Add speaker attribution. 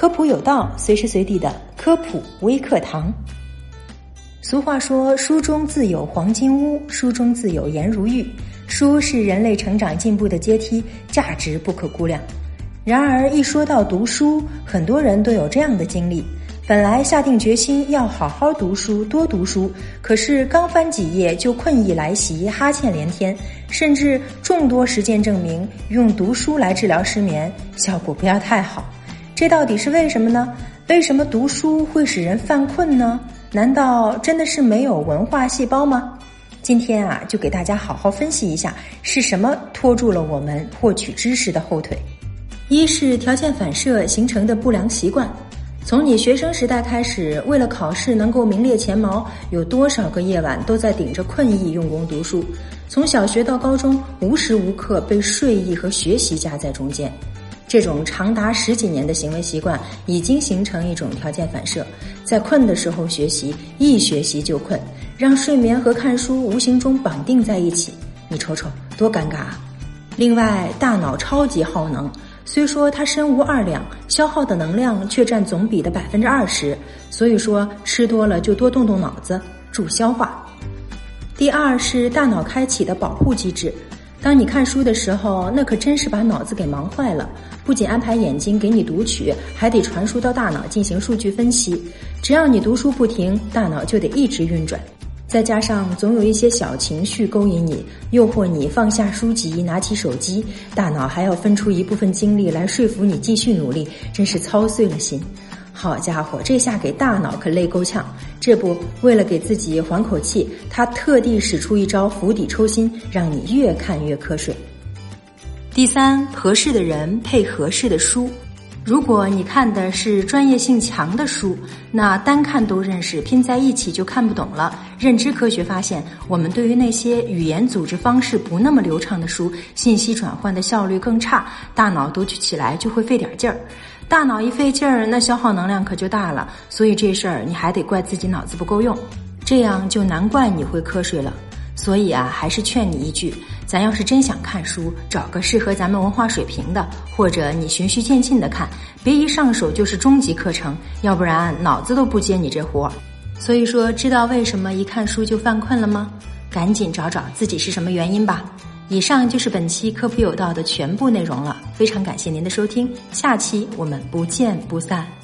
Speaker 1: 科普有道，随时随地的科普微课堂。俗话说，书中自有黄金屋，书中自有颜如玉。书是人类成长进步的阶梯，价值不可估量。然而一说到读书，很多人都有这样的经历，本来下定决心要好好读书，多读书，可是刚翻几页就困意来袭，哈欠连天，甚至众多实践证明，用读书来治疗失眠，效果不要太好。这到底是为什么呢？为什么读书会使人犯困呢？难道真的是没有文化细胞吗？今天就给大家好好分析一下，是什么拖住了我们获取知识的后腿。一是条件反射形成的不良习惯。从你学生时代开始，为了考试能够名列前茅，有多少个夜晚都在顶着困意用功读书。从小学到高中，无时无刻被睡意和学习夹在中间。这种长达10几年的行为习惯已经形成一种条件反射，在困的时候学习，一学习就困，让睡眠和看书无形中绑定在一起。你瞅瞅，多尴尬啊！另外，大脑超级耗能，虽说它身无2两，消耗的能量却占总比的20%，所以说吃多了就多动动脑子，助消化。第二是大脑开启的保护机制。当你看书的时候，那可真是把脑子给忙坏了，不仅安排眼睛给你读取，还得传输到大脑进行数据分析。只要你读书不停，大脑就得一直运转。再加上总有一些小情绪勾引你，诱惑你放下书籍，拿起手机，大脑还要分出一部分精力来说服你继续努力，真是操碎了心。好家伙，这下给大脑可累够呛。这不，为了给自己缓口气，他特地使出一招釜底抽薪，让你越看越瞌睡。第三，合适的人配合适的书。如果你看的是专业性强的书，那单看都认识，拼在一起就看不懂了。认知科学发现，我们对于那些语言组织方式不那么流畅的书，信息转换的效率更差，大脑读取起来就会费点劲儿。大脑一费劲儿，那消耗能量可就大了，所以这事儿你还得怪自己脑子不够用，这样就难怪你会瞌睡了。所以还是劝你一句，咱要是真想看书，找个适合咱们文化水平的，或者你循序渐进的看，别一上手就是终极课程，要不然脑子都不接你这活。所以说，知道为什么一看书就犯困了吗？赶紧找找自己是什么原因吧。以上就是本期科普有道的全部内容了，非常感谢您的收听，下期我们不见不散。